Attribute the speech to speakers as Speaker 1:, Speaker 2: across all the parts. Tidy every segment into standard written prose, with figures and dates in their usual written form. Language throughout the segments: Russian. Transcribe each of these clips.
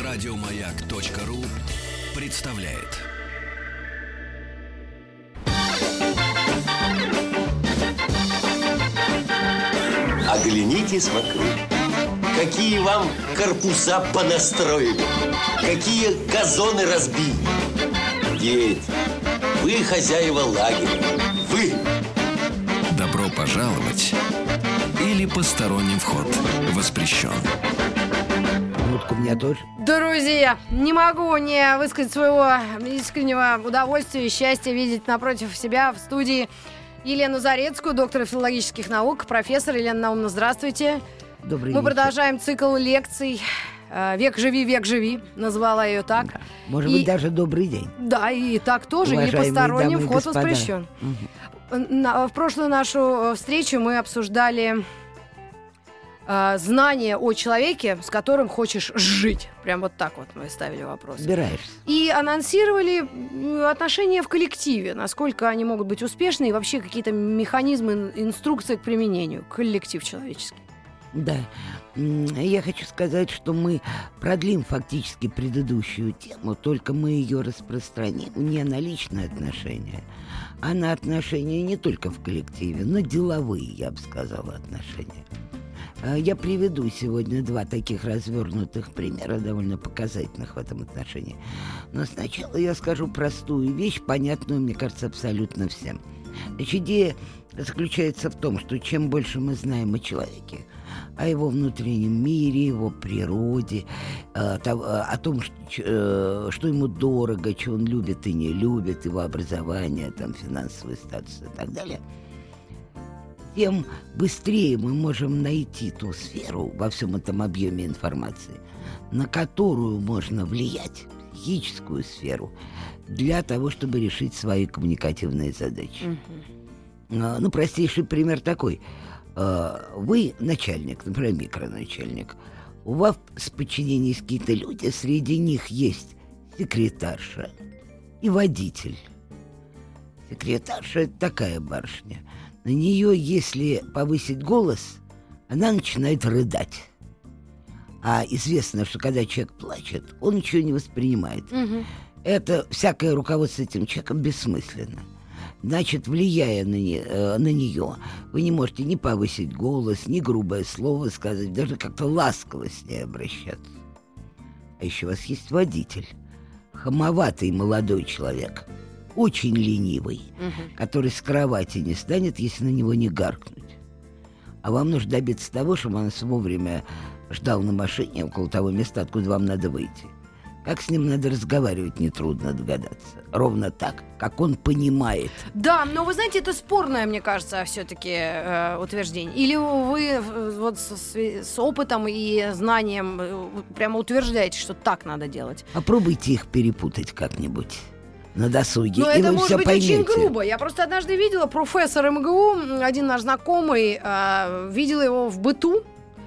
Speaker 1: Радиомаяк.ру представляет.
Speaker 2: Оглянитесь вокруг. Какие вам корпуса понастроили, какие газоны разбили. Дети, вы хозяева лагеря, вы.
Speaker 1: Добро пожаловать или посторонним вход воспрещен.
Speaker 3: Минутку, меня тоже.
Speaker 4: Друзья, не могу не высказать своего искреннего удовольствия и счастья видеть напротив себя в студии Елену Зарецкую, доктора филологических наук, профессор. Елена Наумовна, здравствуйте.
Speaker 3: Добрый
Speaker 4: Мы
Speaker 3: вечер.
Speaker 4: продолжаем цикл лекций «Век живи, век живи», назвала ее так.
Speaker 3: Да. Может быть, даже добрый день.
Speaker 4: Да, и так тоже, не
Speaker 3: Уважаемые
Speaker 4: посторонним
Speaker 3: дамы и
Speaker 4: вход
Speaker 3: господа.
Speaker 4: воспрещен. В прошлую нашу встречу мы обсуждали знание о человеке, с которым хочешь жить. Прям вот так вот мы ставили вопрос.
Speaker 3: Собираешься.
Speaker 4: И анонсировали отношения в коллективе, насколько они могут быть успешны, и вообще какие-то механизмы, инструкции к применению, коллектив человеческий.
Speaker 3: Да. Я хочу сказать, что мы продлим фактически предыдущую тему, только мы ее распространим не на личные отношения, а на отношения не только в коллективе, но деловые, я бы сказала, отношения. Я приведу сегодня два таких развернутых примера, довольно показательных в этом отношении. Но сначала я скажу простую вещь, понятную, мне кажется, абсолютно всем. Значит, идея заключается в том, что чем больше мы знаем о человеке, о его внутреннем мире, его природе, о том, что ему дорого, что он любит и не любит, его образование, там, финансовый статус и так далее, тем быстрее мы можем найти ту сферу во всем этом объеме информации, на которую можно влиять, психическую сферу, для того, чтобы решить свои коммуникативные задачи. Ну, простейший пример такой. Вы начальник, например, микроначальник. У вас в подчинении есть какие-то люди, среди них есть секретарша и водитель. Секретарша — это такая барышня. На нее, если повысить голос, она начинает рыдать. А известно, что когда человек плачет, он ничего не воспринимает. Это всякое руководство этим человеком бессмысленно. Значит, влияя на нее, вы не можете ни повысить голос, ни грубое слово сказать, даже как-то ласково с ней обращаться. А еще у вас есть водитель, хамоватый молодой человек, очень ленивый, который с кровати не станет, если на него не гаркнуть. А вам нужно добиться того, чтобы он вовремя ждал на машине около того места, откуда вам надо выйти. Как с ним надо разговаривать, нетрудно догадаться. Ровно так, как он понимает.
Speaker 4: Да, но вы знаете, это спорное, мне кажется, все-таки утверждение. Или вы вот с опытом и знанием прямо утверждаете, что так надо делать?
Speaker 3: Попробуйте их перепутать как-нибудь на досуге,
Speaker 4: Но
Speaker 3: и
Speaker 4: это
Speaker 3: вы
Speaker 4: может
Speaker 3: все
Speaker 4: быть
Speaker 3: поймете.
Speaker 4: очень грубо. Я просто однажды видела профессора МГУ, один наш знакомый, видела его в быту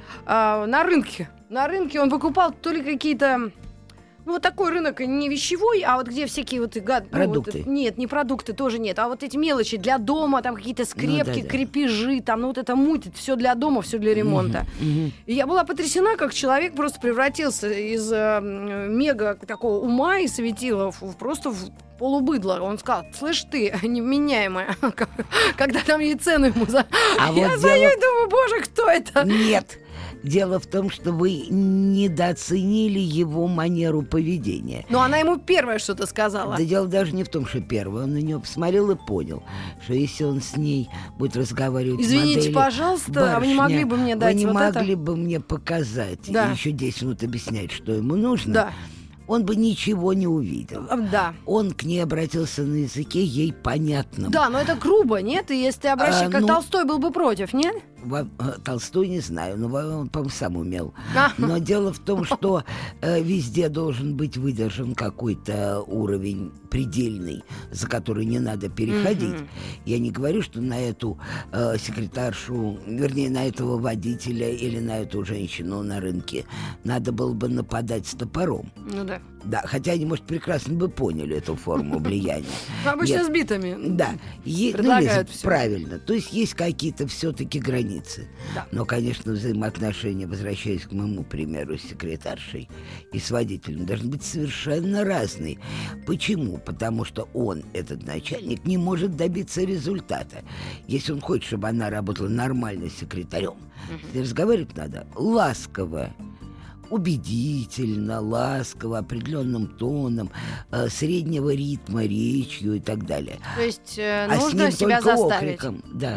Speaker 4: на рынке. На рынке он покупал то ли какие-то... Ну, вот такой рынок не вещевой, а вот где всякие вот
Speaker 3: продукты.
Speaker 4: Нет, не продукты, тоже нет. А вот эти мелочи для дома, там какие-то скрепки,
Speaker 3: да.
Speaker 4: крепежи, там, ну вот это мутит, все для дома, все для ремонта. И я была потрясена, как человек просто превратился из мега такого ума и светила просто в полубыдло. Он сказал: слышь ты, невменяемая, когда там ей цену ему за... Я стою и думаю, боже, кто это?
Speaker 3: Нет. Дело в том, что вы недооценили его манеру поведения.
Speaker 4: Но она ему первое что-то сказала.
Speaker 3: Да дело даже не в том, что первое. Он на нее посмотрел и понял, что если он с ней будет разговаривать
Speaker 4: Извините,
Speaker 3: модели,
Speaker 4: пожалуйста, а вы не могли бы мне дать
Speaker 3: вы не
Speaker 4: вот
Speaker 3: могли
Speaker 4: это?
Speaker 3: бы мне показать,
Speaker 4: Да.
Speaker 3: и еще 10 минут объяснять, что ему нужно,
Speaker 4: Да.
Speaker 3: он бы ничего не увидел.
Speaker 4: Да.
Speaker 3: Он к ней обратился на языке ей понятном.
Speaker 4: Да, но это грубо, нет? И если ты обращаешься, как
Speaker 3: ну-
Speaker 4: Толстой был бы против, нет?
Speaker 3: Толстой не знаю, но он, по-моему, сам умел.
Speaker 4: А.
Speaker 3: Но дело в том, что везде должен быть выдержан какой-то уровень предельный, за который не надо переходить. Я не говорю, что на эту секретаршу, вернее, на этого водителя или на эту женщину на рынке надо было бы нападать с топором.
Speaker 4: Ну да.
Speaker 3: Да, хотя они, может, прекрасно бы поняли эту форму влияния.
Speaker 4: Обычно сбитыми.
Speaker 3: Да,
Speaker 4: предлагают всё.
Speaker 3: правильно. То есть есть какие-то все-таки границы.
Speaker 4: Да.
Speaker 3: Но, конечно, взаимоотношения, возвращаясь к моему примеру с секретаршей и с водителем, должны быть совершенно разные. Почему? Потому что он, этот начальник, не может добиться результата. Если он хочет, чтобы она работала нормально с секретарем, разговаривать надо ласково, убедительно, ласково, определенным тоном, среднего ритма, речью и так далее.
Speaker 4: То есть
Speaker 3: А с
Speaker 4: нужно
Speaker 3: ним
Speaker 4: себя
Speaker 3: только
Speaker 4: заставить.
Speaker 3: окриком. Да,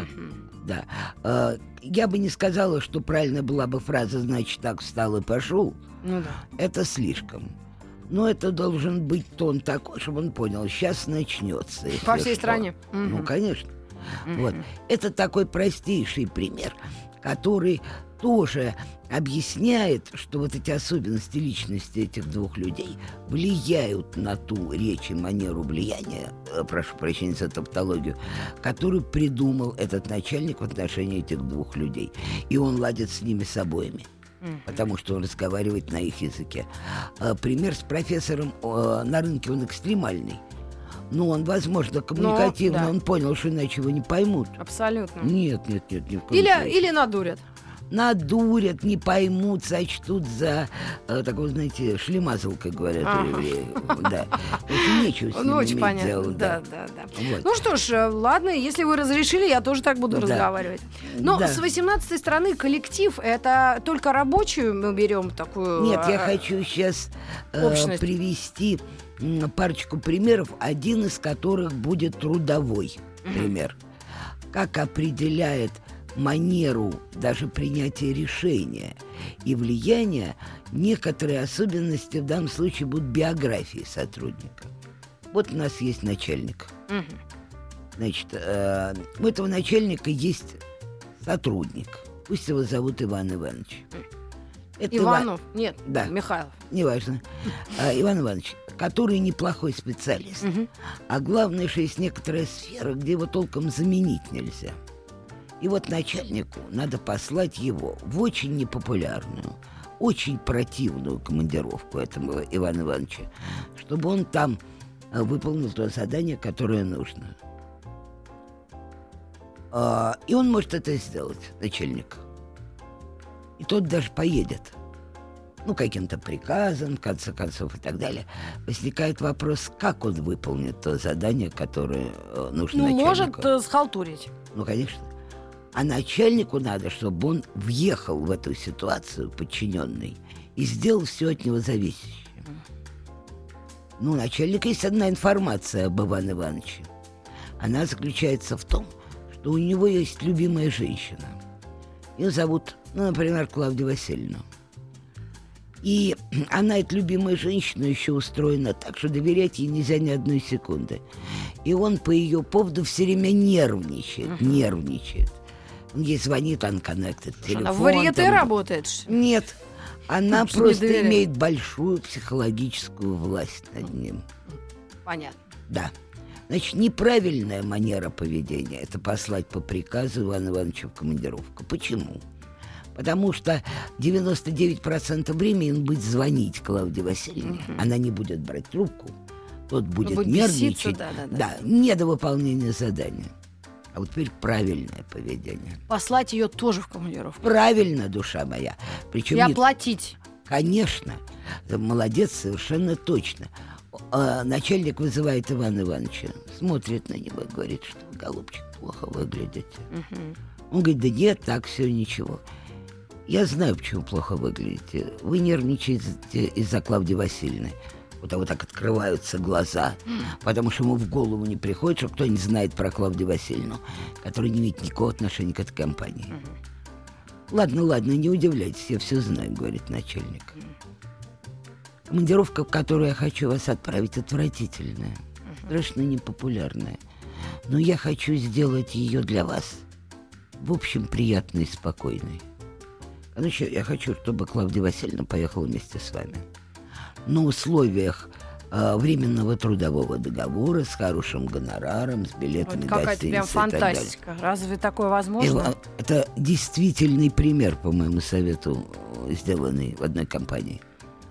Speaker 3: да. Я бы не сказала, что правильная была бы фраза «значит, так встал и пошел».
Speaker 4: Ну да.
Speaker 3: Это слишком. Но это должен быть тон такой, чтобы он понял, сейчас начнется. если
Speaker 4: По всей
Speaker 3: что.
Speaker 4: стране.
Speaker 3: Ну, конечно. Вот. Это такой простейший пример, который тоже объясняет, что вот эти особенности личности этих двух людей влияют на ту речь и манеру влияния, прошу прощения за тавтологию, которую придумал этот начальник в отношении этих двух людей. И он ладит с ними с обоими, потому что он разговаривает на их языке. Пример с профессором на рынке, он экстремальный. Но он, возможно, коммуникативный,
Speaker 4: да.
Speaker 3: Он понял, что иначе его не поймут.
Speaker 4: Абсолютно.
Speaker 3: Нет, ни в коем случае.
Speaker 4: Или надурят.
Speaker 3: Надурят, не поймут, сочтут за такой, знаете, шлемазл, как говорят у евреев. Да. Нечего с ними
Speaker 4: Ну, очень
Speaker 3: иметь
Speaker 4: понятно.
Speaker 3: дело,
Speaker 4: Да.
Speaker 3: Вот.
Speaker 4: Ну что ж, ладно, если вы разрешили, я тоже так буду
Speaker 3: Да.
Speaker 4: разговаривать. Но
Speaker 3: Да.
Speaker 4: с 18-й стороны коллектив — это только рабочую мы берем такую...
Speaker 3: Нет, я хочу сейчас
Speaker 4: общность.
Speaker 3: привести парочку примеров, один из которых будет трудовой пример. Как определяет манеру даже принятия решения и влияния некоторые особенности, в данном случае будут биографии сотрудника. Вот у нас есть начальник. Значит, у этого начальника есть сотрудник. Пусть его зовут Иван Иванович. Это
Speaker 4: Иванов? Нет,
Speaker 3: Да.
Speaker 4: Михайлов.
Speaker 3: Неважно. Иван Иванович, который неплохой специалист. А главное, что есть некоторая сфера, где его толком заменить нельзя. И вот начальнику надо послать его в очень непопулярную, очень противную командировку этому Ивана Ивановича, чтобы он там выполнил то задание, которое нужно. И он может это сделать, начальник. И тот даже поедет. Ну, каким-то приказом, в конце концов, и так далее. Возникает вопрос, как он выполнит то задание, которое нужно начальнику.
Speaker 4: Может схалтурить.
Speaker 3: Ну, конечно. А начальнику надо, чтобы он въехал в эту ситуацию, подчиненный, и сделал все от него зависящее. Ну, у начальника есть одна информация об Иване Ивановиче. Она заключается в том, что у него есть любимая женщина. Ее зовут, например, Клавдия Васильевна. И она, эта любимая женщина, еще устроена так, что доверять ей нельзя ни одной секунды. И он по ее поводу все время нервничает. Он ей звонит, unconnected телефон.
Speaker 4: Она в варьете работает?
Speaker 3: Нет, она
Speaker 4: Что не
Speaker 3: просто
Speaker 4: доверяет.
Speaker 3: имеет большую психологическую власть над ним.
Speaker 4: Понятно.
Speaker 3: Да. Значит, неправильная манера поведения — это послать по приказу Ивана Ивановича в командировку. Почему? Потому что 99% времени он будет звонить Клавдии Васильевне. Она не будет брать трубку. Тот будет
Speaker 4: беситься,
Speaker 3: нервничать.
Speaker 4: да.
Speaker 3: Не до выполнения задания. А вот теперь правильное поведение.
Speaker 4: Послать ее тоже в командировку.
Speaker 3: Правильно, душа моя. Причем
Speaker 4: И оплатить.
Speaker 3: Конечно. Молодец, совершенно точно. Начальник вызывает Ивана Ивановича, смотрит на него и говорит, что вы, голубчик, плохо выглядите. Он говорит, да нет, так все, ничего. Я знаю, почему плохо выглядите. Вы нервничаете из-за Клавдии Васильевны. У того так открываются глаза, потому что ему в голову не приходит, что кто-нибудь знает про Клавдию Васильевну, которая не имеет никакого отношения к этой компании. Ладно, не удивляйтесь, я все знаю, говорит начальник. Командировка, в которую я хочу вас отправить, отвратительная, страшно непопулярная. Но я хочу сделать ее для вас, в общем, приятной и спокойной. Короче, я хочу, чтобы Клавдия Васильевна поехала вместе с вами. На условиях временного трудового договора с хорошим гонораром, с билетами
Speaker 4: Вот
Speaker 3: в
Speaker 4: какая-то
Speaker 3: гостиницу
Speaker 4: прям
Speaker 3: и так далее.
Speaker 4: фантастика. Разве такое возможно?
Speaker 3: Это действительный пример, по моему совету, сделанный в одной компании.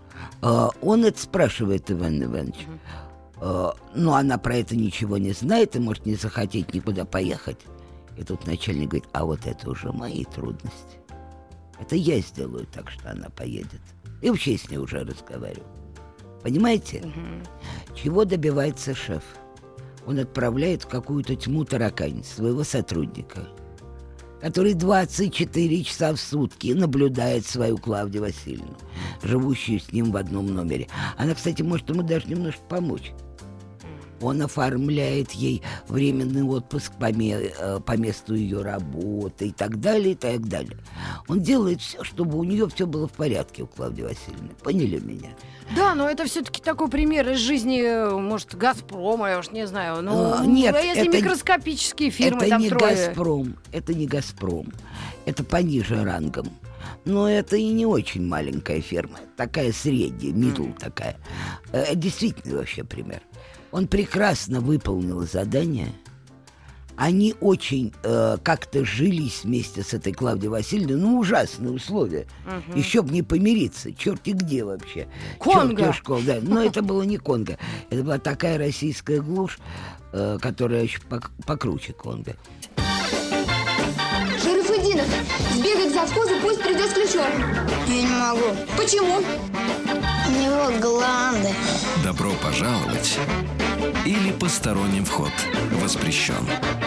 Speaker 3: Он это спрашивает, Иван Иванович. Но она про это ничего не знает и может не захотеть никуда поехать. И тут начальник говорит: а вот это уже мои трудности. Это я сделаю так, что она поедет. И вообще с ней уже разговариваю. Понимаете? Чего добивается шеф? Он отправляет в какую-то тьму таракань своего сотрудника, который 24 часа в сутки наблюдает свою Клавдию Васильевну, живущую с ним в одном номере. Она, кстати, может ему даже немножко помочь. Он оформляет ей временный отпуск по месту ее работы и так далее, и так далее. Он делает все, чтобы у нее все было в порядке, у Клавдии Васильевны. Поняли меня?
Speaker 4: Да, но это все-таки такой пример из жизни, может, «Газпрома», я уж не знаю.
Speaker 3: Нет,
Speaker 4: если
Speaker 3: это
Speaker 4: микроскопические фирмы,
Speaker 3: это
Speaker 4: там
Speaker 3: не
Speaker 4: трое.
Speaker 3: «Газпром», это не «Газпром», это пониже рангом. Но это и не очень маленькая фирма, такая средняя, middle такая. Действительно вообще пример. Он прекрасно выполнил задание. Они очень как-то жились вместе с этой Клавдией Васильевной. Ну, ужасные условия. Еще бы не помириться. Черти где вообще.
Speaker 4: Конго.
Speaker 3: Черти школ, да. Но это было не Конго. Это была такая российская глушь, которая еще покруче Конго.
Speaker 5: Шарафутдинов, сбегай к завхозу, пусть придет с ключом.
Speaker 6: Я не могу.
Speaker 5: Почему?
Speaker 6: У него гланды.
Speaker 1: Добро пожаловать или посторонним вход воспрещен.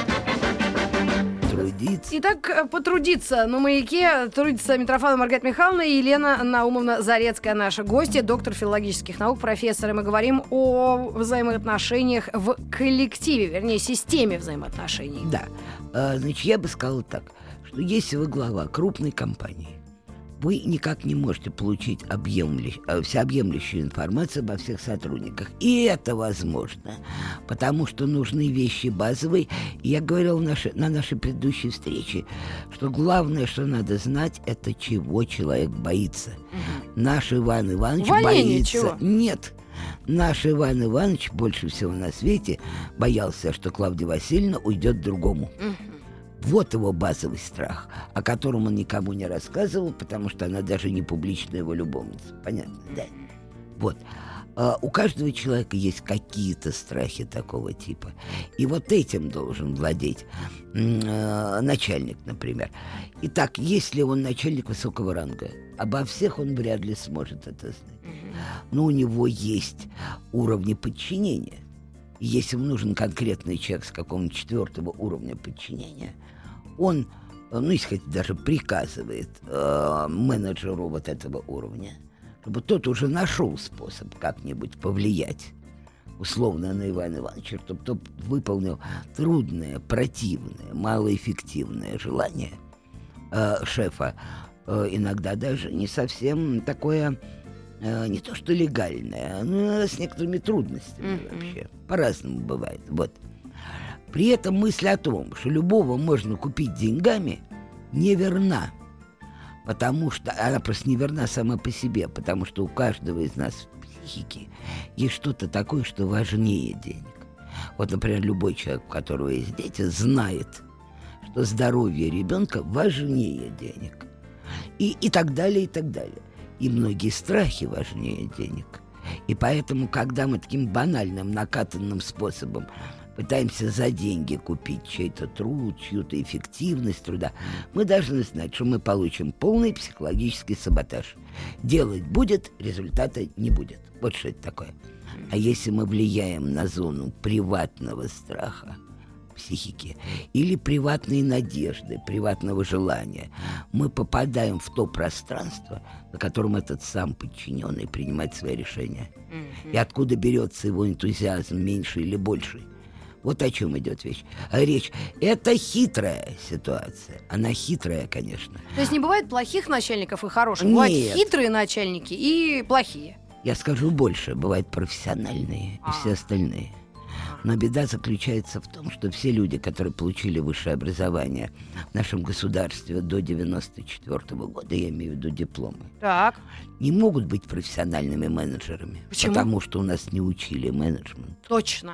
Speaker 3: Трудиться.
Speaker 4: Итак, потрудиться на «Маяке» трудится Митрофанова Маргарита Михайловна и Елена Наумовна Зарецкая, наша гостья, доктор филологических наук, профессор. И мы говорим о взаимоотношениях в коллективе, вернее, системе взаимоотношений.
Speaker 3: Да. Значит, я бы сказала так, что если вы глава крупной компании, вы никак не можете получить всеобъемлющую информацию обо всех сотрудниках. И это возможно, потому что нужны вещи базовые. И я говорил на нашей предыдущей встрече, что главное, что надо знать, это чего человек боится. Наш Иван Иванович боится...
Speaker 4: Чего?
Speaker 3: Нет. Наш Иван Иванович больше всего на свете боялся, что Клавдия Васильевна уйдет к другому. Вот его базовый страх, о котором он никому не рассказывал, потому что она даже не публичная его любовница. Понятно, да? Вот. У каждого человека есть какие-то страхи такого типа. И вот этим должен владеть начальник, например. Итак, если он начальник высокого ранга, обо всех он вряд ли сможет это знать. Но у него есть уровни подчинения. Если ему нужен конкретный человек с какого-нибудь 4-го уровня подчинения, он, если хотите, даже приказывает менеджеру вот этого уровня, чтобы тот уже нашел способ как-нибудь повлиять условно на Ивана Ивановича, чтобы тот выполнил трудное, противное, малоэффективное желание шефа, иногда даже не совсем такое... не то что легальное, но с некоторыми трудностями вообще. По-разному бывает. Вот. При этом мысль о том, что любого можно купить деньгами, неверна. Потому что она просто неверна сама по себе, потому что у каждого из нас в психике есть что-то такое, что важнее денег. Вот, например, любой человек, у которого есть дети, знает, что здоровье ребенка важнее денег. И так далее, и так далее. И многие страхи важнее денег. И поэтому, когда мы таким банальным, накатанным способом пытаемся за деньги купить чей-то труд, чью-то эффективность труда, мы должны знать, что мы получим полный психологический саботаж. Делать будет, результата не будет. Вот что это такое. А если мы влияем на зону приватного страха, психики или приватной надежды, приватного желания, мы попадаем в то пространство, на котором этот сам подчиненный принимает свои решения. И откуда берется его энтузиазм, меньше или больше. Вот о чем идет речь. Это хитрая ситуация. Она хитрая, конечно.
Speaker 4: То есть не бывает плохих начальников и хороших? Бывают хитрые начальники и плохие?
Speaker 3: Я скажу больше. Бывают профессиональные и все остальные. Но беда заключается в том, что все люди, которые получили высшее образование в нашем государстве до 1994 года, я имею в виду дипломы, не могут быть профессиональными менеджерами.
Speaker 4: Почему?
Speaker 3: Потому что у нас не учили менеджмент.
Speaker 4: Точно.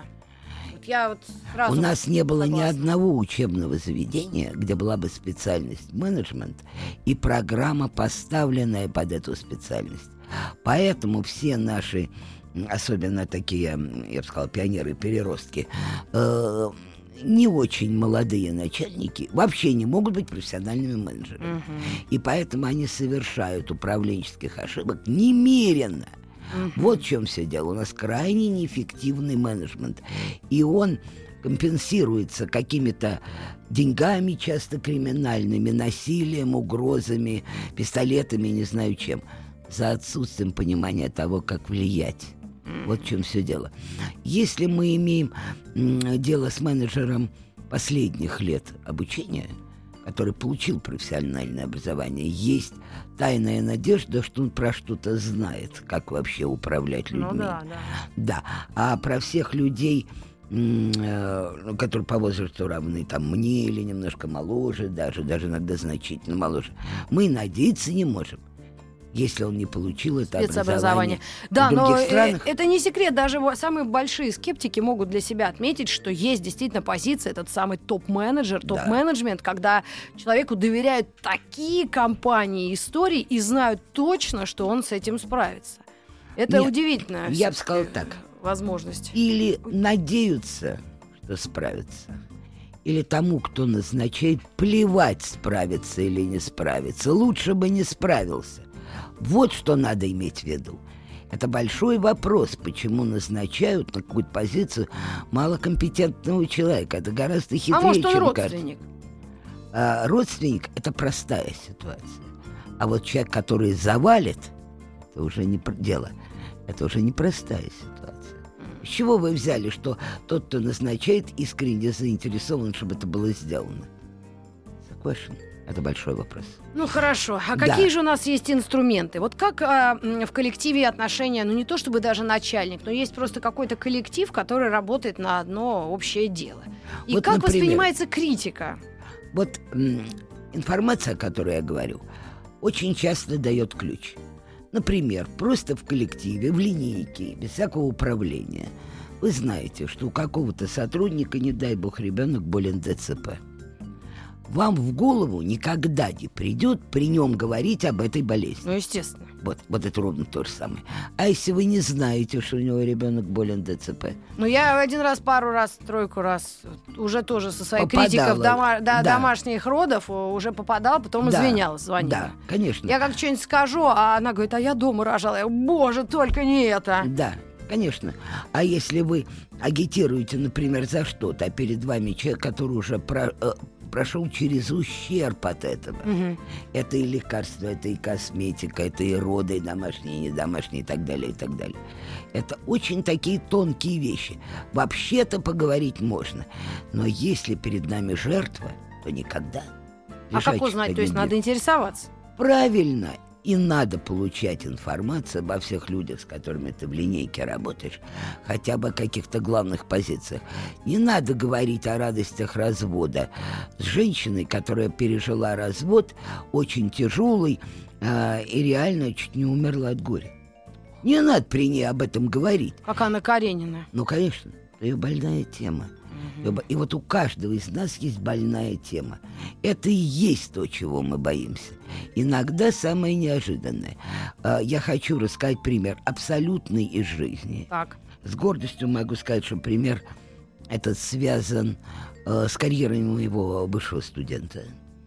Speaker 4: Я сразу
Speaker 3: у нас не было
Speaker 4: согласна.
Speaker 3: ни одного учебного заведения, где была бы специальность менеджмент и программа, поставленная под эту специальность. Поэтому все наши, особенно такие, я бы сказал, пионеры-переростки, не очень молодые начальники вообще не могут быть профессиональными менеджерами. И поэтому они совершают управленческих ошибок немерено. Вот в чем все дело. У нас крайне неэффективный менеджмент. И он компенсируется какими-то деньгами, часто криминальными, насилием, угрозами, пистолетами, не знаю чем, за отсутствием понимания того, как влиять. Вот в чем все дело. Если мы имеем дело с менеджером последних лет обучения, который получил профессиональное образование, есть тайная надежда, что он про что-то знает, как вообще управлять людьми.
Speaker 4: Ну да.
Speaker 3: Да. А про всех людей, которые по возрасту равны там, мне или немножко моложе, даже иногда значительно моложе, мы надеяться не можем, если он не получил это образование.
Speaker 4: Да,
Speaker 3: в других
Speaker 4: но
Speaker 3: странах.
Speaker 4: это не секрет. Даже самые большие скептики могут для себя отметить, что есть действительно позиция, этот самый топ-менеджер, топ-менеджмент, когда человеку доверяют такие компании, истории и знают точно, что он с этим справится. Это удивительно.
Speaker 3: Я бы сказал так.
Speaker 4: Возможность.
Speaker 3: Или надеются, что справятся, или тому, кто назначает, плевать, справится или не справится. Лучше бы не справился. Вот что надо иметь в виду. Это большой вопрос, почему назначают на какую-то позицию малокомпетентного человека. Это гораздо хитрее,
Speaker 4: а может, он
Speaker 3: чем
Speaker 4: родственник?
Speaker 3: кажется. Родственник – это простая ситуация. А вот человек, который завалит, это уже не дело. Это уже непростая ситуация. С чего вы взяли, что тот, кто назначает, искренне заинтересован, чтобы это было сделано? Согласен. Это большой вопрос.
Speaker 4: Ну хорошо, а какие же у нас есть инструменты? Вот как в коллективе отношения, ну не то чтобы даже начальник, но есть просто какой-то коллектив, который работает на одно общее дело. И
Speaker 3: вот,
Speaker 4: как
Speaker 3: например,
Speaker 4: воспринимается критика?
Speaker 3: Вот информация, о которой я говорю, очень часто дает ключ. Например, просто в коллективе, в линейке, без всякого управления. Вы знаете, что у какого-то сотрудника, не дай бог, ребенок болен ДЦП. Вам в голову никогда не придет при нем говорить об этой болезни.
Speaker 4: Ну, естественно.
Speaker 3: Вот это ровно то же самое. А если вы не знаете, что у него ребенок болен ДЦП?
Speaker 4: Ну, я один раз, пару раз, тройку раз уже тоже со своей
Speaker 3: попадала.
Speaker 4: критикой в домашних родов уже попадала, потом извинялась, звонила.
Speaker 3: Да, конечно.
Speaker 4: Я как что-нибудь скажу, а она говорит, а я дома рожала. Я, боже, только не это.
Speaker 3: Да, конечно. А если вы агитируете, например, за что-то, а перед вами человек, который уже прошел через ущерб от этого. Это и лекарства, это и косметика, это и роды, и домашние, и недомашние, и так далее, и так далее. Это очень такие тонкие вещи. Вообще-то поговорить можно. Но если перед нами жертва, то никогда.
Speaker 4: А как узнать? То есть надо интересоваться?
Speaker 3: Правильно. И надо получать информацию обо всех людях, с которыми ты в линейке работаешь, хотя бы о каких-то главных позициях. Не надо говорить о радостях развода с женщиной, которая пережила развод, очень тяжелый, и реально чуть не умерла от горя. Не надо при ней об этом говорить.
Speaker 4: Как Анна Каренина.
Speaker 3: Ну, конечно, это ее больная тема. И вот у каждого из нас есть больная тема. Это и есть то, чего мы боимся. Иногда самое неожиданное. Я хочу рассказать пример абсолютный из жизни.
Speaker 4: Так.
Speaker 3: С гордостью могу сказать, что пример этот связан с карьерой моего бывшего студента.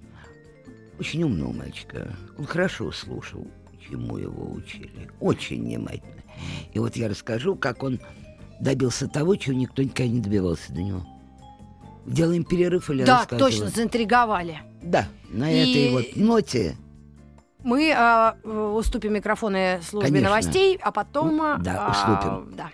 Speaker 3: Очень умного мальчика. Он хорошо слушал, чему его учили. Очень внимательно. И вот я расскажу, как он добился того, чего никто никогда не добивался до него. Делаем перерыв или рассказываем?
Speaker 4: Да, точно, заинтриговали.
Speaker 3: Да, на этой вот ноте.
Speaker 4: Мы уступим микрофоны службе
Speaker 3: Конечно.
Speaker 4: новостей, а потом...
Speaker 3: Да, уступим.
Speaker 4: Да.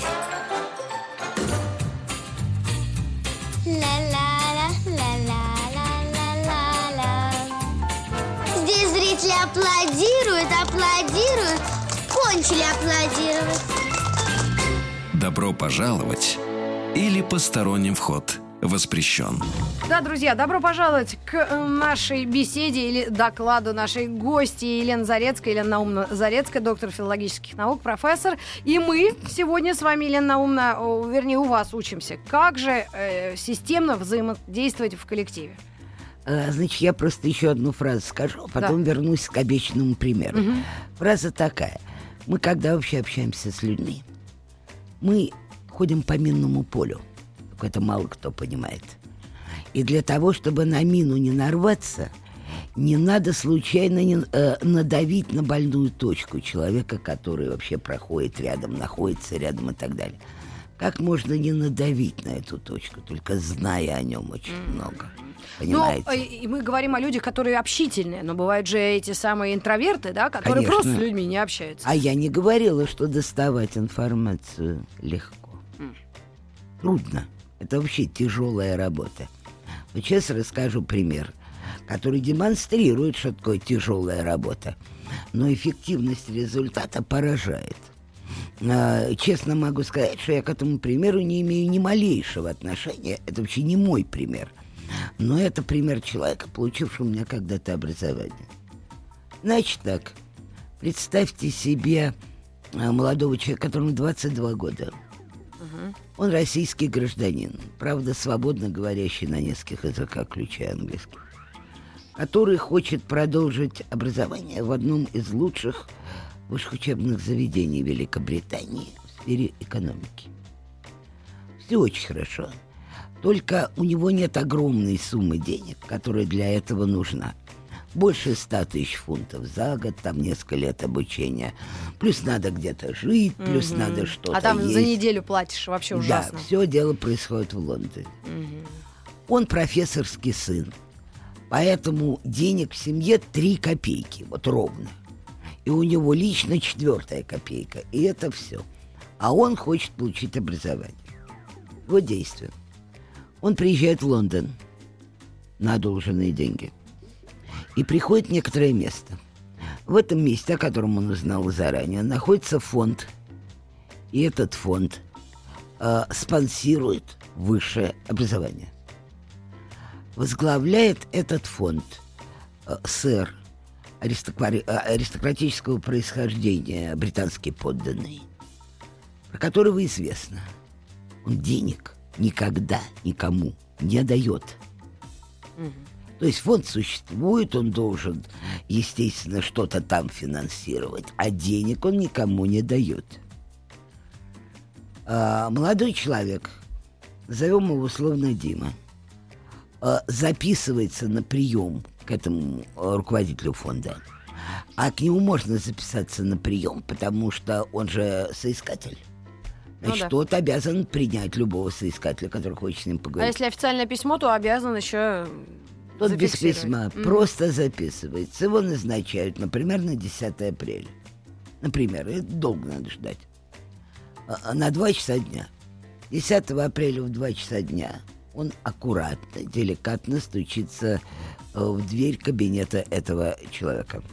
Speaker 6: Здесь зрители аплодируют, кончили аплодировать.
Speaker 1: Добро пожаловать или посторонним вход воспрещен.
Speaker 4: Да, друзья, добро пожаловать к нашей беседе или докладу нашей гости Елены Зарецкой. Елена Наумовна Зарецкая, доктор филологических наук, профессор. И мы сегодня с вами, Елена Наумовна, вернее, у вас учимся. Как же системно взаимодействовать в коллективе?
Speaker 3: Значит, я просто еще одну фразу скажу, а потом вернусь к обещанному примеру. Фраза такая. Мы, когда вообще общаемся с людьми, мы ходим по минному полю. Только это мало кто понимает. И для того, чтобы на мину не нарваться, не надо случайно надавить на больную точку человека, который вообще проходит рядом, находится рядом и так далее. Как можно не надавить на эту точку, только зная о нем очень много? Понимаете?
Speaker 4: Ну, и мы говорим о людях, которые общительные, но бывают же эти самые интроверты, да, которые
Speaker 3: Конечно.
Speaker 4: просто с людьми не общаются.
Speaker 3: А я не говорила, что доставать информацию легко. Трудно. Это вообще тяжелая работа. Вот сейчас расскажу пример, который демонстрирует, что такое тяжелая работа. Но эффективность результата поражает. Честно могу сказать, что я к этому примеру не имею ни малейшего отношения. Это вообще не мой пример. Но это пример человека, получившего у меня когда-то образование. Значит так, представьте себе молодого человека, которому 22 года. Он российский гражданин, правда, свободно говорящий на нескольких языках, включая английский, который хочет продолжить образование в одном из лучших высших учебных заведений Великобритании в сфере экономики. Все очень хорошо. Только у него нет огромной суммы денег, которая для этого нужна. Больше 100 тысяч фунтов за год, там несколько лет обучения. Плюс надо где-то жить, плюс надо что-то
Speaker 4: А там
Speaker 3: есть.
Speaker 4: за неделю платишь, вообще ужасно.
Speaker 3: Да, все дело происходит в Лондоне. Он профессорский сын, поэтому денег в семье 3 копейки, вот ровно. И у него лично 4 копейка, и это все. А он хочет получить образование. Вот действие. Он приезжает в Лондон на одолженные деньги и приходит в некоторое место. В этом месте, о котором он узнал заранее, находится фонд. И этот фонд спонсирует высшее образование. Возглавляет этот фонд сэр аристократического происхождения, британский подданный, про которого известно, он денег никогда никому не дает. То есть фонд существует, он должен, естественно, что-то там финансировать, а денег он никому не дает. Молодой человек, назовем его условно Дима, записывается на прием к этому руководителю фонда. А к нему можно записаться на прием, потому что он же соискатель. Значит, тот обязан принять любого соискателя, который хочет с ним поговорить.
Speaker 4: А если официальное письмо, то обязан еще
Speaker 3: тот без письма просто записывается. Его назначают, например, на 10 апреля. Например, это долго надо ждать. На 2 часа дня. 10 апреля в 2 часа дня он аккуратно, деликатно стучится в дверь кабинета этого человека.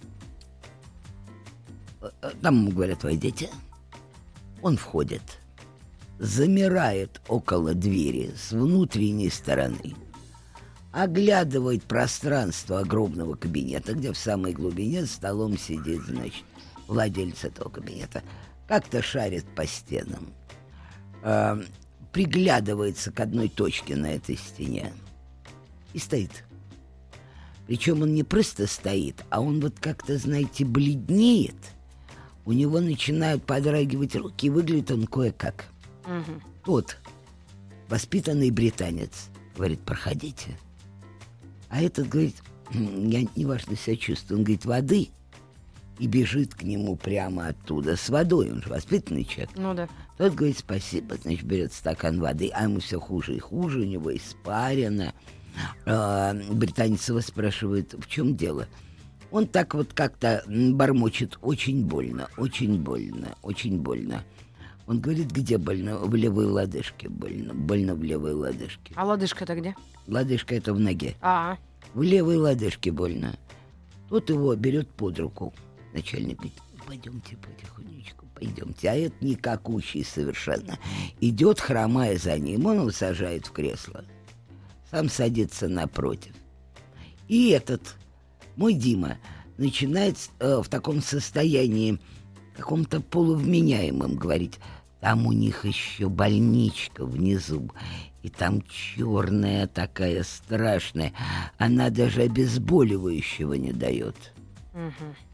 Speaker 3: Там ему говорят: «Войдите». Он входит, замирает около двери с внутренней стороны, оглядывает пространство огромного кабинета, где в самой глубине за столом сидит, значит, владелец этого кабинета, как-то шарит по стенам, приглядывается к одной точке на этой стене и стоит. Причем он не просто стоит, а он вот как-то, знаете, бледнеет. У него начинают подрагивать руки, и выглядит он кое-как. Тот воспитанный британец говорит: «Проходите». А этот говорит: «Я неважно себя чувствую». Он говорит: «Воды». И бежит к нему прямо оттуда с водой. Он же воспитанный человек.
Speaker 4: Ну да.
Speaker 3: Тот говорит: «Спасибо». Значит, берет стакан воды, а ему все хуже и хуже, у него испарено. Британец его спрашивает: «В чем дело?» Он так вот как-то бормочет: «Очень больно, очень больно, очень больно». Он говорит: «Где больно?» «В левой лодыжке больно, больно в левой лодыжке».
Speaker 4: А лодыжка-то где?
Speaker 3: Лодыжка — это в ноге.
Speaker 4: В
Speaker 3: левой лодыжке больно. Тот его берет под руку. Начальник говорит: «Пойдемте потихонечку, пойдемте». А это никакущий совершенно. Идет, хромая за ним, он его сажает в кресло. Сам садится напротив. И этот, мой Дима, начинает в таком состоянии, каком-то полувменяемом, говорить: «Там у них еще больничка внизу, и там черная такая страшная, она даже обезболивающего не дает».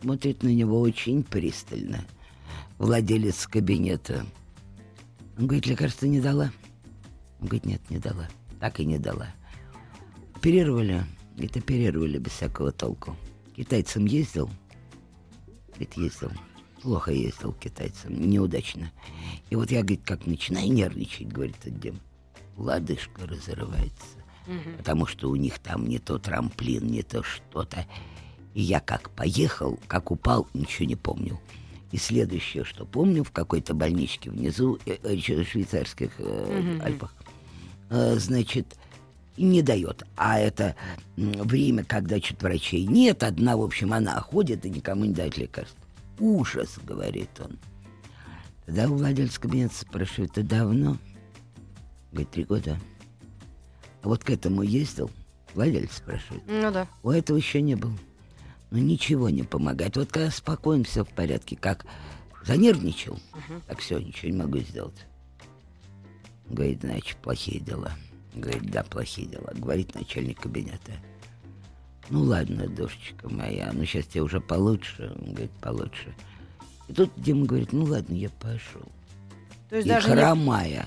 Speaker 3: смотрит на него очень пристально. Владелец кабинета. Он говорит, лекарство не дала? Он говорит, нет, не дала. Так и не дала. Оперировали. Это оперировали без всякого толку. К китайцам ездил? Говорит, ездил. Плохо ездил к китайцам, неудачно. И вот я, говорит, как начинаю нервничать, говорит Дим, лодыжка разрывается. Потому что у них там не то трамплин, не то что-то. И я как поехал, как упал, ничего не помнил. И следующее, что помню, в какой-то больничке внизу, швейцарских Альпах, значит, не дает. А это время, когда что-то врачей нет, одна, в общем, она ходит и никому не дает лекарств. Ужас, говорит он. Тогда у владельца кабинета спрашивает, это давно? Говорит, 3 года. А вот к этому ездил? Владелец спрашивает.
Speaker 4: Ну да.
Speaker 3: У этого еще не был. Но ничего не помогает. Вот когда спокойно, все в порядке, как занервничал, так все, ничего не могу сделать. Говорит, значит, плохие дела. Говорит, да, плохие дела. Говорит начальник кабинета. Ну ладно, душечка моя, ну сейчас тебе уже получше. Он говорит, получше. И тут Дима говорит, ну ладно, я пошел.
Speaker 4: То есть
Speaker 3: И
Speaker 4: даже
Speaker 3: хромая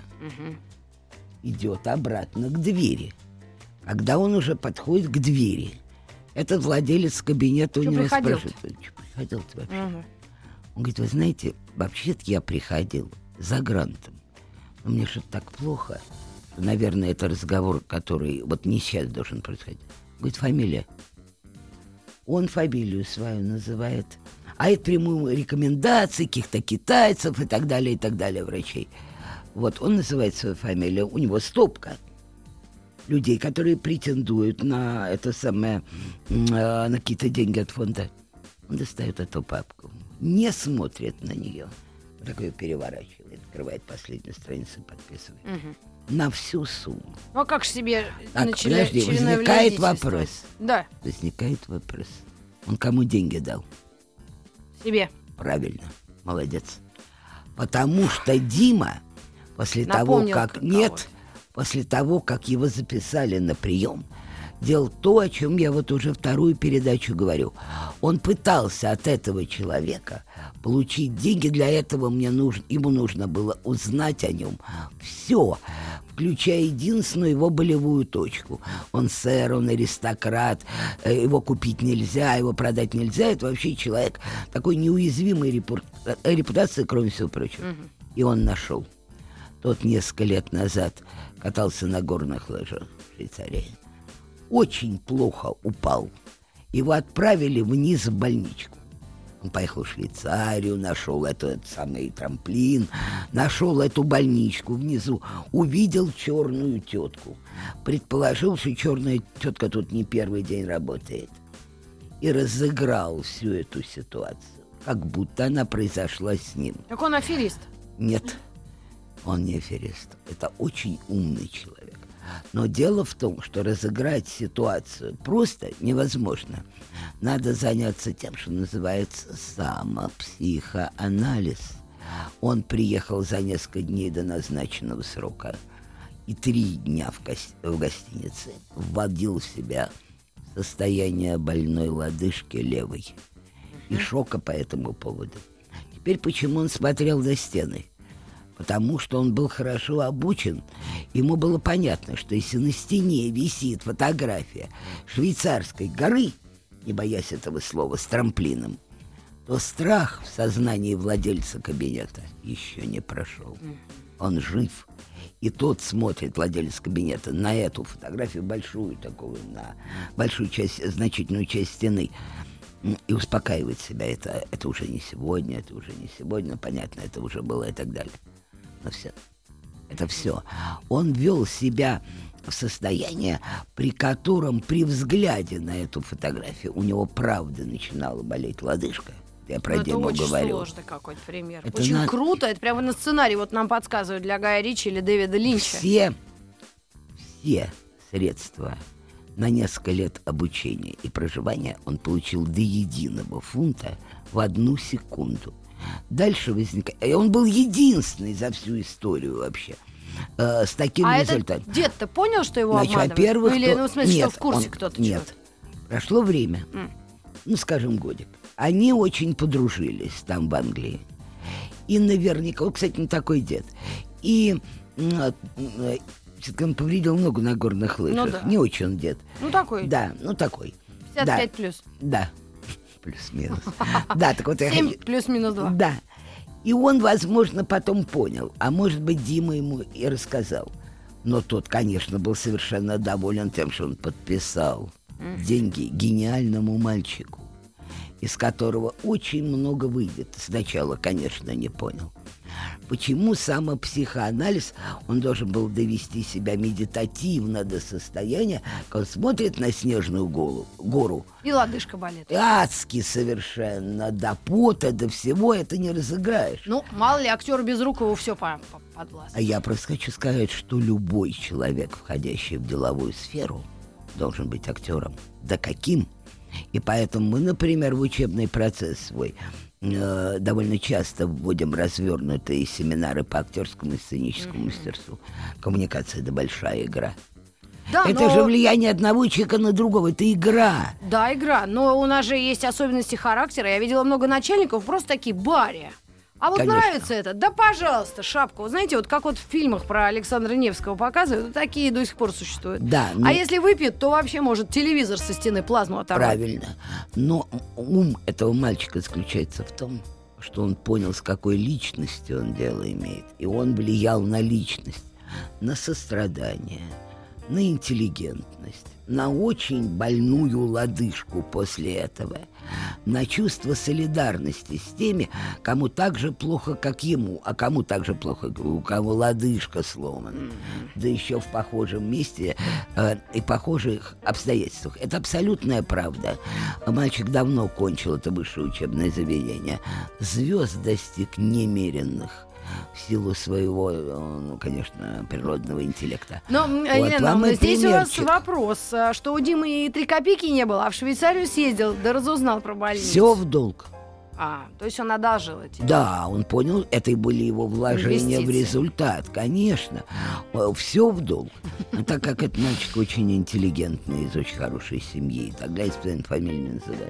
Speaker 3: идет обратно к двери. Когда он уже подходит к двери, этот владелец кабинета у
Speaker 4: Чё
Speaker 3: него
Speaker 4: приходил-то?
Speaker 3: спрашивает, что приходил-то вообще?
Speaker 4: Мгм.
Speaker 3: Он говорит, вы знаете, вообще-то я приходил за грантом. Но мне что-то так плохо. Наверное, это разговор, который вот не сейчас должен происходить. Говорит, фамилия. Он фамилию свою называет. А это прямые рекомендации каких-то китайцев и так далее, врачей. Вот, он называет свою фамилию. У него стопка людей, которые претендуют на это самое, на какие-то деньги от фонда. Он достает эту папку, не смотрит на нее. Вот так ее переворачивает, открывает последнюю страницу и подписывает. На всю сумму.
Speaker 4: Ну а как же себе
Speaker 3: Так,
Speaker 4: начали
Speaker 3: подожди,
Speaker 4: очередное
Speaker 3: возникает
Speaker 4: влиятельство?
Speaker 3: вопрос.
Speaker 4: Да,
Speaker 3: Возникает вопрос. Он кому деньги дал?
Speaker 4: себе.
Speaker 3: Правильно, молодец. Потому что Дима, после того,
Speaker 4: Напомнил
Speaker 3: как...
Speaker 4: кого-то.
Speaker 3: Нет, после того, как его записали на прием, делал то, о чем я вот уже 2-ю передачу говорю. Он пытался от этого человека получить деньги. Для этого ему нужно было узнать о нем все, включая единственную его болевую точку. Он сэр, он аристократ, его купить нельзя, его продать нельзя. Это вообще человек такой неуязвимой репутации, кроме всего прочего. И он нашел. Тот несколько лет назад катался на горных лыжах в Швейцарии. Очень плохо упал. Его отправили вниз в больничку. Он поехал в Швейцарию, нашел этот самый трамплин, нашел эту больничку внизу, увидел черную тетку. Предположил, что черная тетка тут не первый день работает. И разыграл всю эту ситуацию, как будто она произошла с ним.
Speaker 4: Так он аферист.
Speaker 3: Нет, он не аферист. Это очень умный человек. Но дело в том, что разыграть ситуацию просто невозможно. Надо заняться тем, что называется самопсихоанализ. Он приехал за несколько дней до назначенного срока и 3 дня в гостинице вводил себя в состояние больной лодыжки левой и шока по этому поводу. Теперь почему он смотрел на стены? Потому что он был хорошо обучен. Ему было понятно, что если на стене висит фотография швейцарской горы, не боясь этого слова, с трамплином, то страх в сознании владельца кабинета еще не прошел. Он жив. И тот смотрит, владелец кабинета, на эту фотографию большую такую, на большую часть, значительную часть стены, и успокаивает себя. Это уже не сегодня, понятно, это уже было и так далее. Но все. Это все. Он ввел себя в состояние, при котором при взгляде на эту фотографию у него правда начинала болеть лодыжка. Я про Диму
Speaker 4: это очень
Speaker 3: говорю.
Speaker 4: сложный какой-то пример.
Speaker 3: Это
Speaker 4: очень круто. Это прямо на сценарий вот нам подсказывают для Гая Ричи или Дэвида Линча.
Speaker 3: Все средства на несколько лет обучения и проживания он получил до единого фунта в 1 секунду. Дальше возникает... И он был единственный за всю историю вообще с таким результатом.
Speaker 4: Этот дед-то понял, что его обманывают?
Speaker 3: Во-первых,
Speaker 4: Или, в смысле,
Speaker 3: нет,
Speaker 4: что в курсе кто-то?
Speaker 3: Нет. Прошло время. ну, скажем, годик. Они очень подружились там, в Англии. И наверняка... Вот, кстати, не такой дед. И все-таки он повредил ногу на горных лыжах.
Speaker 4: Ну, да.
Speaker 3: Не очень он дед.
Speaker 4: Ну, такой.
Speaker 3: Да, ну, такой.
Speaker 4: 55 плюс.
Speaker 3: Да. Плюс-минус. Да, так вот я
Speaker 4: 7 плюс-минус 2.
Speaker 3: Да. И он, возможно, потом понял. А может быть, Дима ему и рассказал. Но тот, конечно, был совершенно доволен тем, что он подписал деньги гениальному мальчику, из которого очень много выйдет. Сначала, конечно, не понял. Почему самопсихоанализ, он должен был довести себя медитативно до состояния, когда он смотрит на снежную гору.
Speaker 4: И лодыжка болит.
Speaker 3: Адски совершенно, до пота, до всего это не разыграешь.
Speaker 4: Ну, мало ли, актеру Безрукову все подвластно.
Speaker 3: А я просто хочу сказать, что любой человек, входящий в деловую сферу, должен быть актером. Да каким? И поэтому мы, например, в учебный процесс свой довольно часто вводим развернутые семинары по актерскому и сценическому мастерству. Коммуникация — это большая игра.
Speaker 4: Да,
Speaker 3: это же влияние одного человека на другого. Это игра.
Speaker 4: Да, игра. Но у нас же есть особенности характера. Я видела много начальников, просто такие бари. А вот
Speaker 3: Конечно.
Speaker 4: нравится это? Да, пожалуйста, шапку. Вы знаете, вот как вот в фильмах про Александра Невского показывают, такие до сих пор существуют.
Speaker 3: Да,
Speaker 4: А если выпьет, то вообще может телевизор со стены плазму оторвать.
Speaker 3: Правильно. Но ум этого мальчика заключается в том, что он понял, с какой личностью он дело имеет. И он влиял на личность, на сострадание, на интеллигентность, на очень больную лодыжку после этого, на чувство солидарности с теми, кому так же плохо, как ему, а кому так же плохо, у кого лодыжка сломана, да еще в похожем месте и похожих обстоятельствах. Это абсолютная правда. Мальчик давно кончил это высшее учебное заведение. Звезд достиг немеренных в силу своего, ну, конечно, природного интеллекта.
Speaker 4: Но,
Speaker 3: Вот
Speaker 4: Елена, здесь у вас
Speaker 3: примерчик.
Speaker 4: вопрос, что у Димы и 3 копейки не было, а в Швейцарию съездил, да разузнал про больницу.
Speaker 3: Все в долг.
Speaker 4: То есть он одолжил эти.
Speaker 3: Да, он понял, это и были его вложения в
Speaker 4: Инвестиции.
Speaker 3: результат, конечно. Все в долг. Но так как этот мальчик очень интеллигентный, из очень хорошей семьи, тогда я постоянно фамилию не называю,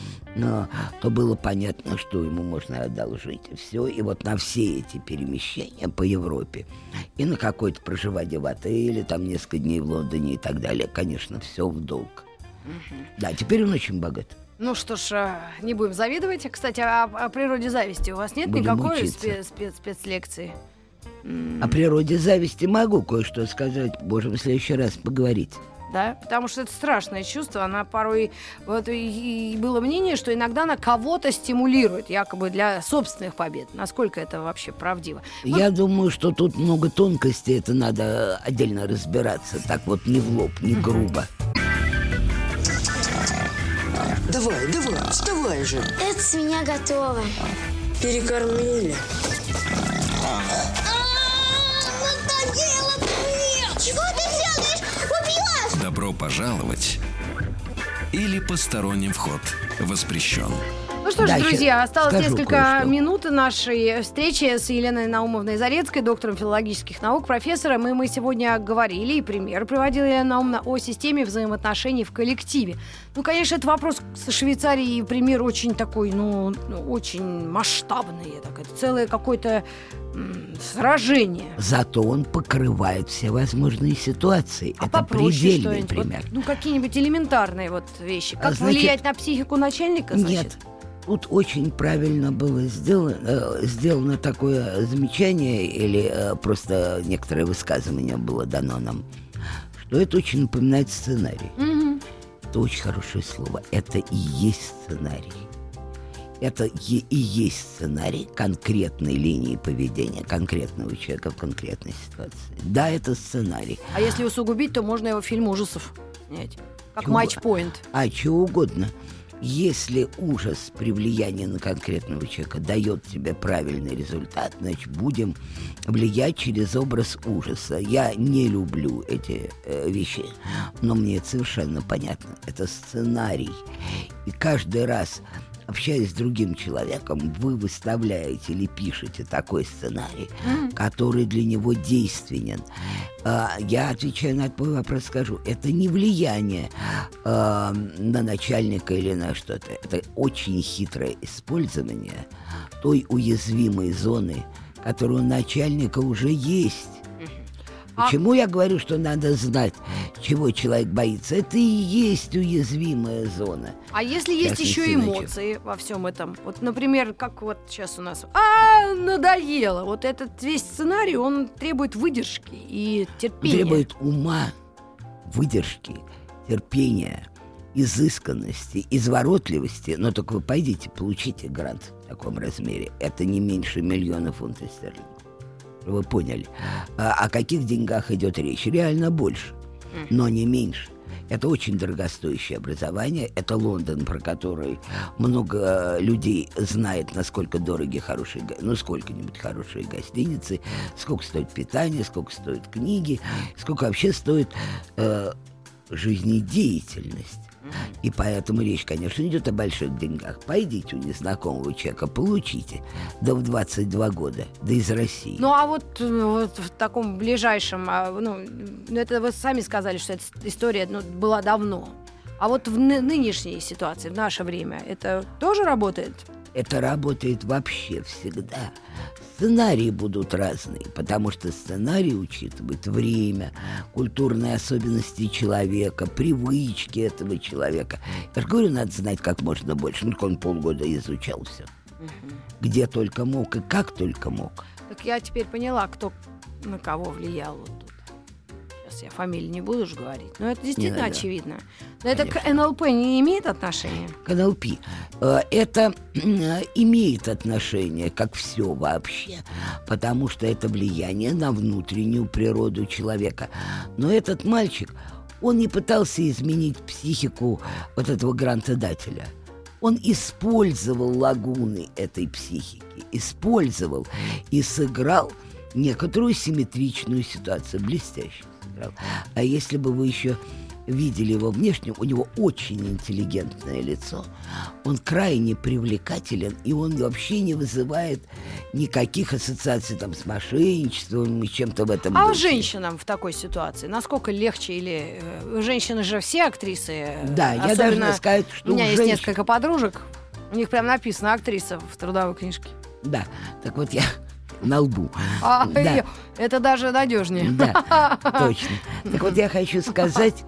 Speaker 3: но то было понятно, что ему можно одолжить. Все. И вот на все эти перемещения по Европе и на какое-то проживание в отеле, там несколько дней в Лондоне и так далее, конечно, все в долг. Да, теперь он очень богат.
Speaker 4: Ну что ж, не будем завидовать. Кстати, о природе зависти у вас нет
Speaker 3: Будем
Speaker 4: никакой
Speaker 3: учиться.
Speaker 4: спецлекции?
Speaker 3: О природе зависти могу кое-что сказать. Можем в следующий раз поговорить.
Speaker 4: Да, потому что это страшное чувство. Она порой... Вот и было мнение, что иногда она кого-то стимулирует, якобы для собственных побед. Насколько это вообще правдиво?
Speaker 3: Я думаю, что тут много тонкостей. Это надо отдельно разбираться. Так вот не в лоб, не грубо.
Speaker 7: Давай, вставай же.
Speaker 6: Это свинья готова.
Speaker 7: Перекормили.
Speaker 6: Надоело мне! Чего ты делаешь? Убьешь!
Speaker 1: Добро пожаловать или посторонним вход воспрещен.
Speaker 4: Ну что ж,
Speaker 3: Да,
Speaker 4: друзья,
Speaker 3: щас
Speaker 4: осталось
Speaker 3: скажу
Speaker 4: несколько
Speaker 3: кое-что.
Speaker 4: минут нашей встречи с Еленой Наумовной Зарецкой, доктором филологических наук, профессором. И мы сегодня говорили, и пример приводила Елена Наумовна, о системе взаимоотношений в коллективе. Ну, конечно, это вопрос со Швейцарией, пример очень такой, очень масштабный. Это целое какое-то сражение.
Speaker 3: Зато он покрывает все возможные ситуации.
Speaker 4: А
Speaker 3: Это
Speaker 4: попроще
Speaker 3: предельный
Speaker 4: что-нибудь?
Speaker 3: пример.
Speaker 4: Вот, какие-нибудь элементарные вещи. Как
Speaker 3: Значит,
Speaker 4: влиять на психику начальника, значит?
Speaker 3: Нет. Тут очень правильно было сделано такое замечание, или просто некоторое высказывание было дано нам, что это очень напоминает сценарий. Это очень хорошее слово. Это и есть сценарий. Это и есть сценарий конкретной линии поведения конкретного человека в конкретной ситуации. Да, это сценарий.
Speaker 4: А если усугубить, то можно его в фильм ужасов снять. Как
Speaker 3: Чего?
Speaker 4: матч-пойнт.
Speaker 3: Чего угодно. Если ужас при влиянии на конкретного человека дает тебе правильный результат, значит, будем влиять через образ ужаса. Я не люблю эти вещи, но мне это совершенно понятно. Это сценарий. И каждый раз общаясь с другим человеком, вы выставляете или пишете такой сценарий, который для него действенен. Я отвечаю на твой вопрос, скажу, это не влияние на начальника или на что-то. Это очень хитрое использование той уязвимой зоны, которая у начальника уже есть. Почему я говорю, что надо знать, чего человек боится? Это и есть уязвимая зона.
Speaker 4: А если есть еще эмоции во всем этом? Вот, например, как вот сейчас у нас надоело. Вот этот весь сценарий, он требует выдержки и терпения.
Speaker 3: Требует ума, выдержки, терпения, изысканности, изворотливости. Но только вы пойдите, получите грант в таком размере. Это не меньше 1 миллиона фунтов стерлингов. Вы поняли, о каких деньгах идет речь? Реально больше, но не меньше. Это очень дорогостоящее образование. Это Лондон, про который много людей знает, насколько дороги хорошие, сколько-нибудь хорошие гостиницы, сколько стоит питание, сколько стоят книги, сколько вообще стоит жизнедеятельность. И поэтому речь, конечно, идет о больших деньгах. Пойдите у незнакомого человека, получите. Да в 22 года, да из России.
Speaker 4: Ну, а вот в таком ближайшем, это вы сами сказали, что эта история была давно. А вот в нынешней ситуации, в наше время, это тоже работает?
Speaker 3: Это работает вообще всегда. Сценарии будут разные, потому что сценарий учитывает время, культурные особенности человека, привычки этого человека. Я же говорю, надо знать как можно больше. Он полгода изучал все. Где только мог и как только мог.
Speaker 4: Так я теперь поняла, кто на кого влиял вот тут. Сейчас я фамилии не буду же говорить. Но это действительно очевидно. Но это к НЛП не имеет отношения?
Speaker 3: К НЛП. Это имеет отношение, как все вообще, потому что это влияние на внутреннюю природу человека. Но этот мальчик, он не пытался изменить психику вот этого грантодателя. Он использовал лагуны этой психики, использовал и сыграл некоторую симметричную ситуацию, блестяще сыграл. А если бы вы еще видели его внешне, у него очень интеллигентное лицо, он крайне привлекателен, и он вообще не вызывает никаких ассоциаций там с мошенничеством и чем-то в этом.
Speaker 4: А женщинам в такой ситуации насколько легче? Или женщины же все актрисы?
Speaker 3: Да, я должна сказать, что
Speaker 4: у меня есть несколько подружек, у них прям написано актриса в трудовой книжке.
Speaker 3: Да, так вот я на лбу.
Speaker 4: Да. Это даже надежнее.
Speaker 3: Да, точно. Так вот я хочу сказать,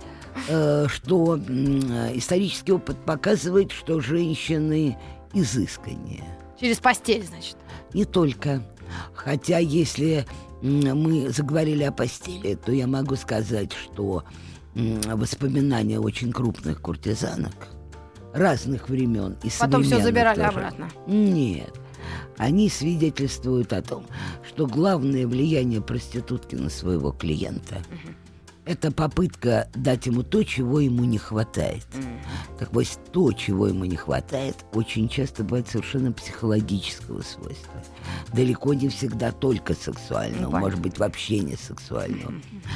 Speaker 3: что исторический опыт показывает, что женщины изысканнее.
Speaker 4: Через постель, значит?
Speaker 3: Не только. Хотя, если мы заговорили о постели, то я могу сказать, что воспоминания очень крупных куртизанок разных времен и современных
Speaker 4: потом все забирали
Speaker 3: тоже.
Speaker 4: Обратно?
Speaker 3: Нет. Они свидетельствуют о том, что главное влияние проститутки на своего клиента это попытка дать ему то, чего ему не хватает. Так вот, то, чего ему не хватает, очень часто бывает совершенно психологического свойства. Далеко не всегда только сексуального, может быть, вообще не сексуального.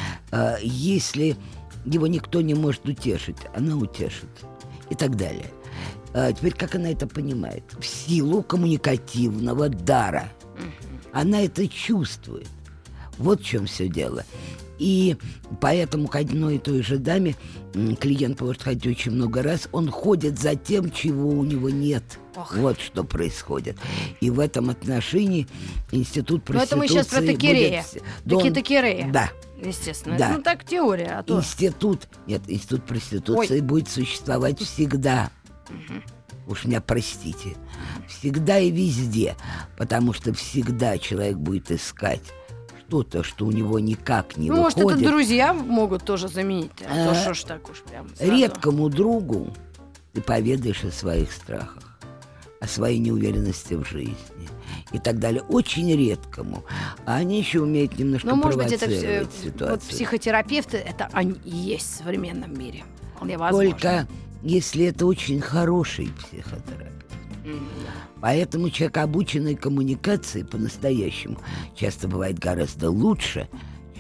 Speaker 3: Если его никто не может утешить, она утешит. И так далее. Теперь, как она это понимает? В силу коммуникативного дара. Она это чувствует. Вот в чем все дело. И поэтому к одной и той же даме клиент может ходить очень много раз. Он ходит за тем, чего у него нет. Вот что происходит. И в этом отношении институт проституции...
Speaker 4: Но это мы сейчас про Такирея. Такирея.
Speaker 3: Да.
Speaker 4: Естественно.
Speaker 3: Да.
Speaker 4: Ну, так теория. А то...
Speaker 3: Институт проституции будет существовать всегда. Уж меня простите. Всегда и везде. Потому что всегда человек будет искать что-то, что у него никак не выходит.
Speaker 4: Может, это друзья могут тоже заменить. А то что ж так уж прям сразу.
Speaker 3: Редкому другу ты поведаешь о своих страхах, о своей неуверенности в жизни и так далее. Очень редкому. А они еще умеют немножко провоцировать ситуацию.
Speaker 4: Вот психотерапевты, это они и есть в современном мире. Вполне возможно.
Speaker 3: Только если это очень хороший психотерапевт. Поэтому человек, обученный коммуникации по-настоящему, часто бывает гораздо лучше,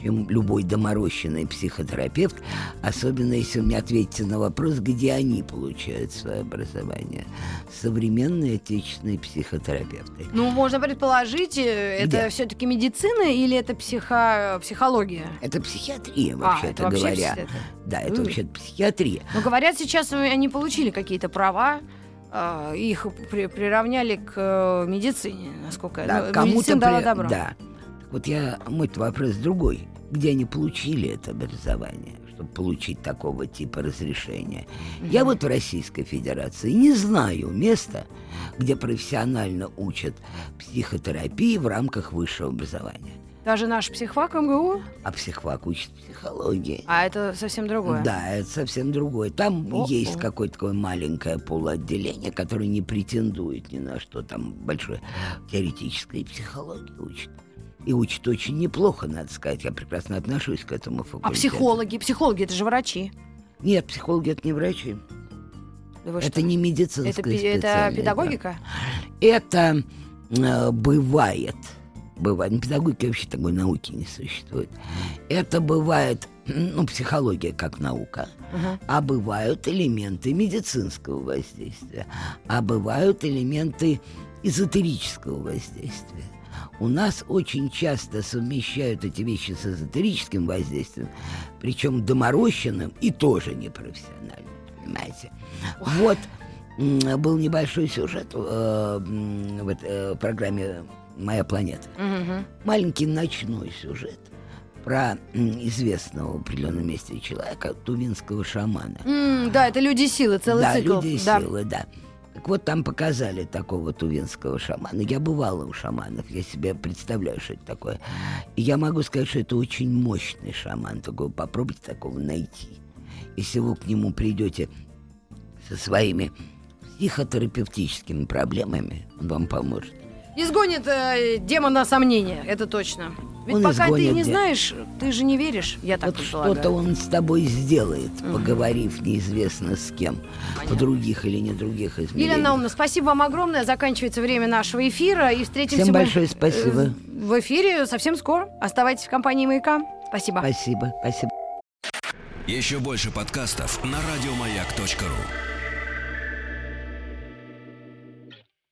Speaker 3: чем любой доморощенный психотерапевт, особенно если вы мне ответите на вопрос, где они получают свое образование. Современные отечественные психотерапевты.
Speaker 4: Ну, можно предположить, это все-таки медицина или это психология?
Speaker 3: Это психиатрия, вообще-то
Speaker 4: вообще
Speaker 3: говоря. Да, это вообще-то психиатрия.
Speaker 4: Но говорят, сейчас они получили какие-то права, их приравняли к медицине, насколько медицина дала добро.
Speaker 3: Да. Вот мой вопрос другой. Где они получили это образование, чтобы получить такого типа разрешения? Я вот в Российской Федерации не знаю места, где профессионально учат психотерапии в рамках высшего образования.
Speaker 4: Даже наш психфак МГУ?
Speaker 3: А психфак учит психологии.
Speaker 4: А это совсем другое?
Speaker 3: Да, это совсем другое. Там есть какое-то такое маленькое полуотделение, которое не претендует ни на что. Там большое теоретическое психология учит. И учат очень неплохо, надо сказать. Я прекрасно отношусь к этому факультету.
Speaker 4: А психологи? Психологи — это же врачи.
Speaker 3: Нет, психологи — это не врачи.
Speaker 4: Да
Speaker 3: это не медицинская специальность.
Speaker 4: Это педагогика?
Speaker 3: Это бывает. Педагогики вообще такой науки не существует. Это бывает, психология как наука, а бывают элементы медицинского воздействия, а бывают элементы эзотерического воздействия. У нас очень часто совмещают эти вещи с эзотерическим воздействием, причем доморощенным и тоже непрофессиональным, понимаете? Вот был небольшой сюжет в программе «Моя планета». Маленький ночной сюжет про известного в определенном месте человека, тувинского шамана.
Speaker 4: Да, это «Люди силы», целый цикл.
Speaker 3: «Люди силы», да. Так вот, там показали такого тувинского шамана. Я бывала у шаманов, я себе представляю, что это такое. И я могу сказать, что это очень мощный шаман. Попробуйте такого найти. Если вы к нему придете со своими психотерапевтическими проблемами, он вам поможет.
Speaker 4: Изгонит демона сомнения, это точно. Ведь
Speaker 3: Он
Speaker 4: пока ты не
Speaker 3: изгонит,
Speaker 4: знаешь, ты же не веришь, я так
Speaker 3: вот
Speaker 4: предполагаю.
Speaker 3: что-то он с тобой сделает, поговорив неизвестно с кем.
Speaker 4: Понятно.
Speaker 3: В других или не других измерениях.
Speaker 4: Елена Наумовна, спасибо вам огромное. Заканчивается время нашего эфира. И встретимся
Speaker 3: Всем большое спасибо.
Speaker 4: В эфире совсем скоро. Оставайтесь в компании «Маяка». Спасибо.
Speaker 3: Спасибо.
Speaker 1: Еще больше подкастов на радиомаяк.ру.